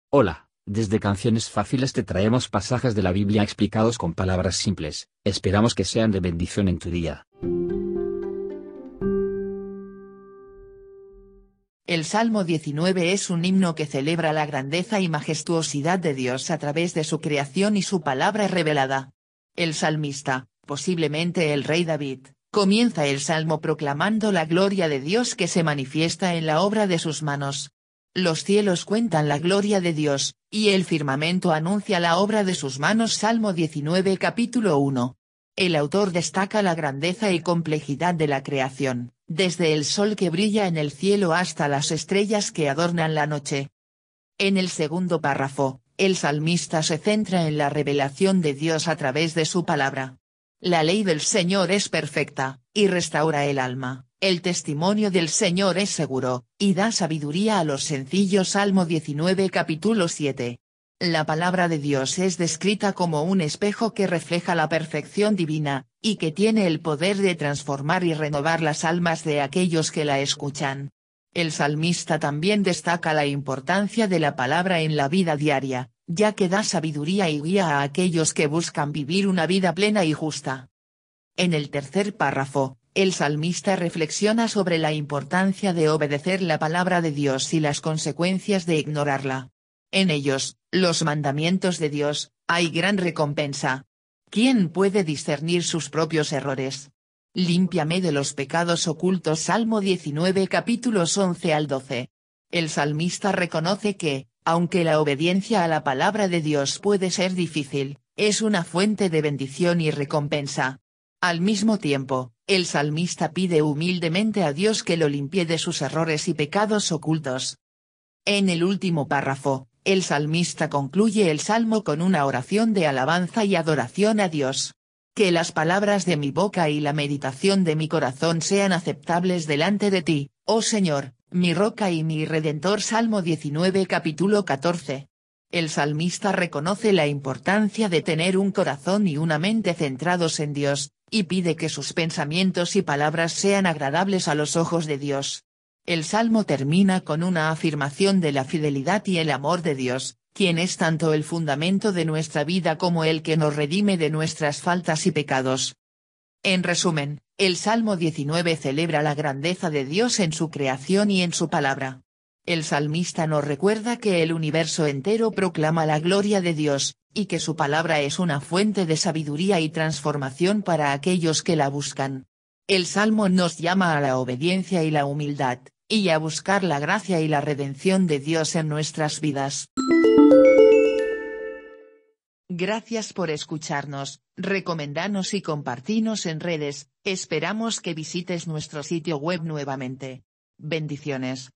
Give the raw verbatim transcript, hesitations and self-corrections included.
Hola, desde Canciones Fáciles te traemos pasajes de la Biblia explicados con palabras simples. Esperamos que sean de bendición en tu día. El Salmo diecinueve es un himno que celebra la grandeza y majestuosidad de Dios a través de su creación y su palabra revelada. El salmista, posiblemente el rey David, comienza el salmo proclamando la gloria de Dios que se manifiesta en la obra de sus manos. Los cielos cuentan la gloria de Dios, y el firmamento anuncia la obra de sus manos. Salmo diecinueve capítulo uno. El autor destaca la grandeza y complejidad de la creación, desde el sol que brilla en el cielo hasta las estrellas que adornan la noche. En el segundo párrafo, el salmista se centra en la revelación de Dios a través de su palabra. La ley del Señor es perfecta, y restaura el alma. El testimonio del Señor es seguro, y da sabiduría a los sencillos. Salmo diecinueve capítulo siete. La palabra de Dios es descrita como un espejo que refleja la perfección divina, y que tiene el poder de transformar y renovar las almas de aquellos que la escuchan. El salmista también destaca la importancia de la palabra en la vida diaria, ya que da sabiduría y guía a aquellos que buscan vivir una vida plena y justa. En el tercer párrafo, el salmista reflexiona sobre la importancia de obedecer la palabra de Dios y las consecuencias de ignorarla. En ellos, los mandamientos de Dios, hay gran recompensa. ¿Quién puede discernir sus propios errores? Límpiame de los pecados ocultos. Salmo diecinueve capítulos once al doce. El salmista reconoce que, aunque la obediencia a la palabra de Dios puede ser difícil, es una fuente de bendición y recompensa. Al mismo tiempo, el salmista pide humildemente a Dios que lo limpie de sus errores y pecados ocultos. En el último párrafo, el salmista concluye el salmo con una oración de alabanza y adoración a Dios. Que las palabras de mi boca y la meditación de mi corazón sean aceptables delante de ti, oh Señor, mi roca y mi redentor. Salmo diecinueve capítulo catorce. El salmista reconoce la importancia de tener un corazón y una mente centrados en Dios, y pide que sus pensamientos y palabras sean agradables a los ojos de Dios. El salmo termina con una afirmación de la fidelidad y el amor de Dios, quien es tanto el fundamento de nuestra vida como el que nos redime de nuestras faltas y pecados. En resumen, el Salmo diecinueve celebra la grandeza de Dios en su creación y en su palabra. El salmista nos recuerda que el universo entero proclama la gloria de Dios, y que su palabra es una fuente de sabiduría y transformación para aquellos que la buscan. El salmo nos llama a la obediencia y la humildad, y a buscar la gracia y la redención de Dios en nuestras vidas. Gracias por escucharnos, recomendanos y compartinos en redes. Esperamos que visites nuestro sitio web nuevamente. Bendiciones.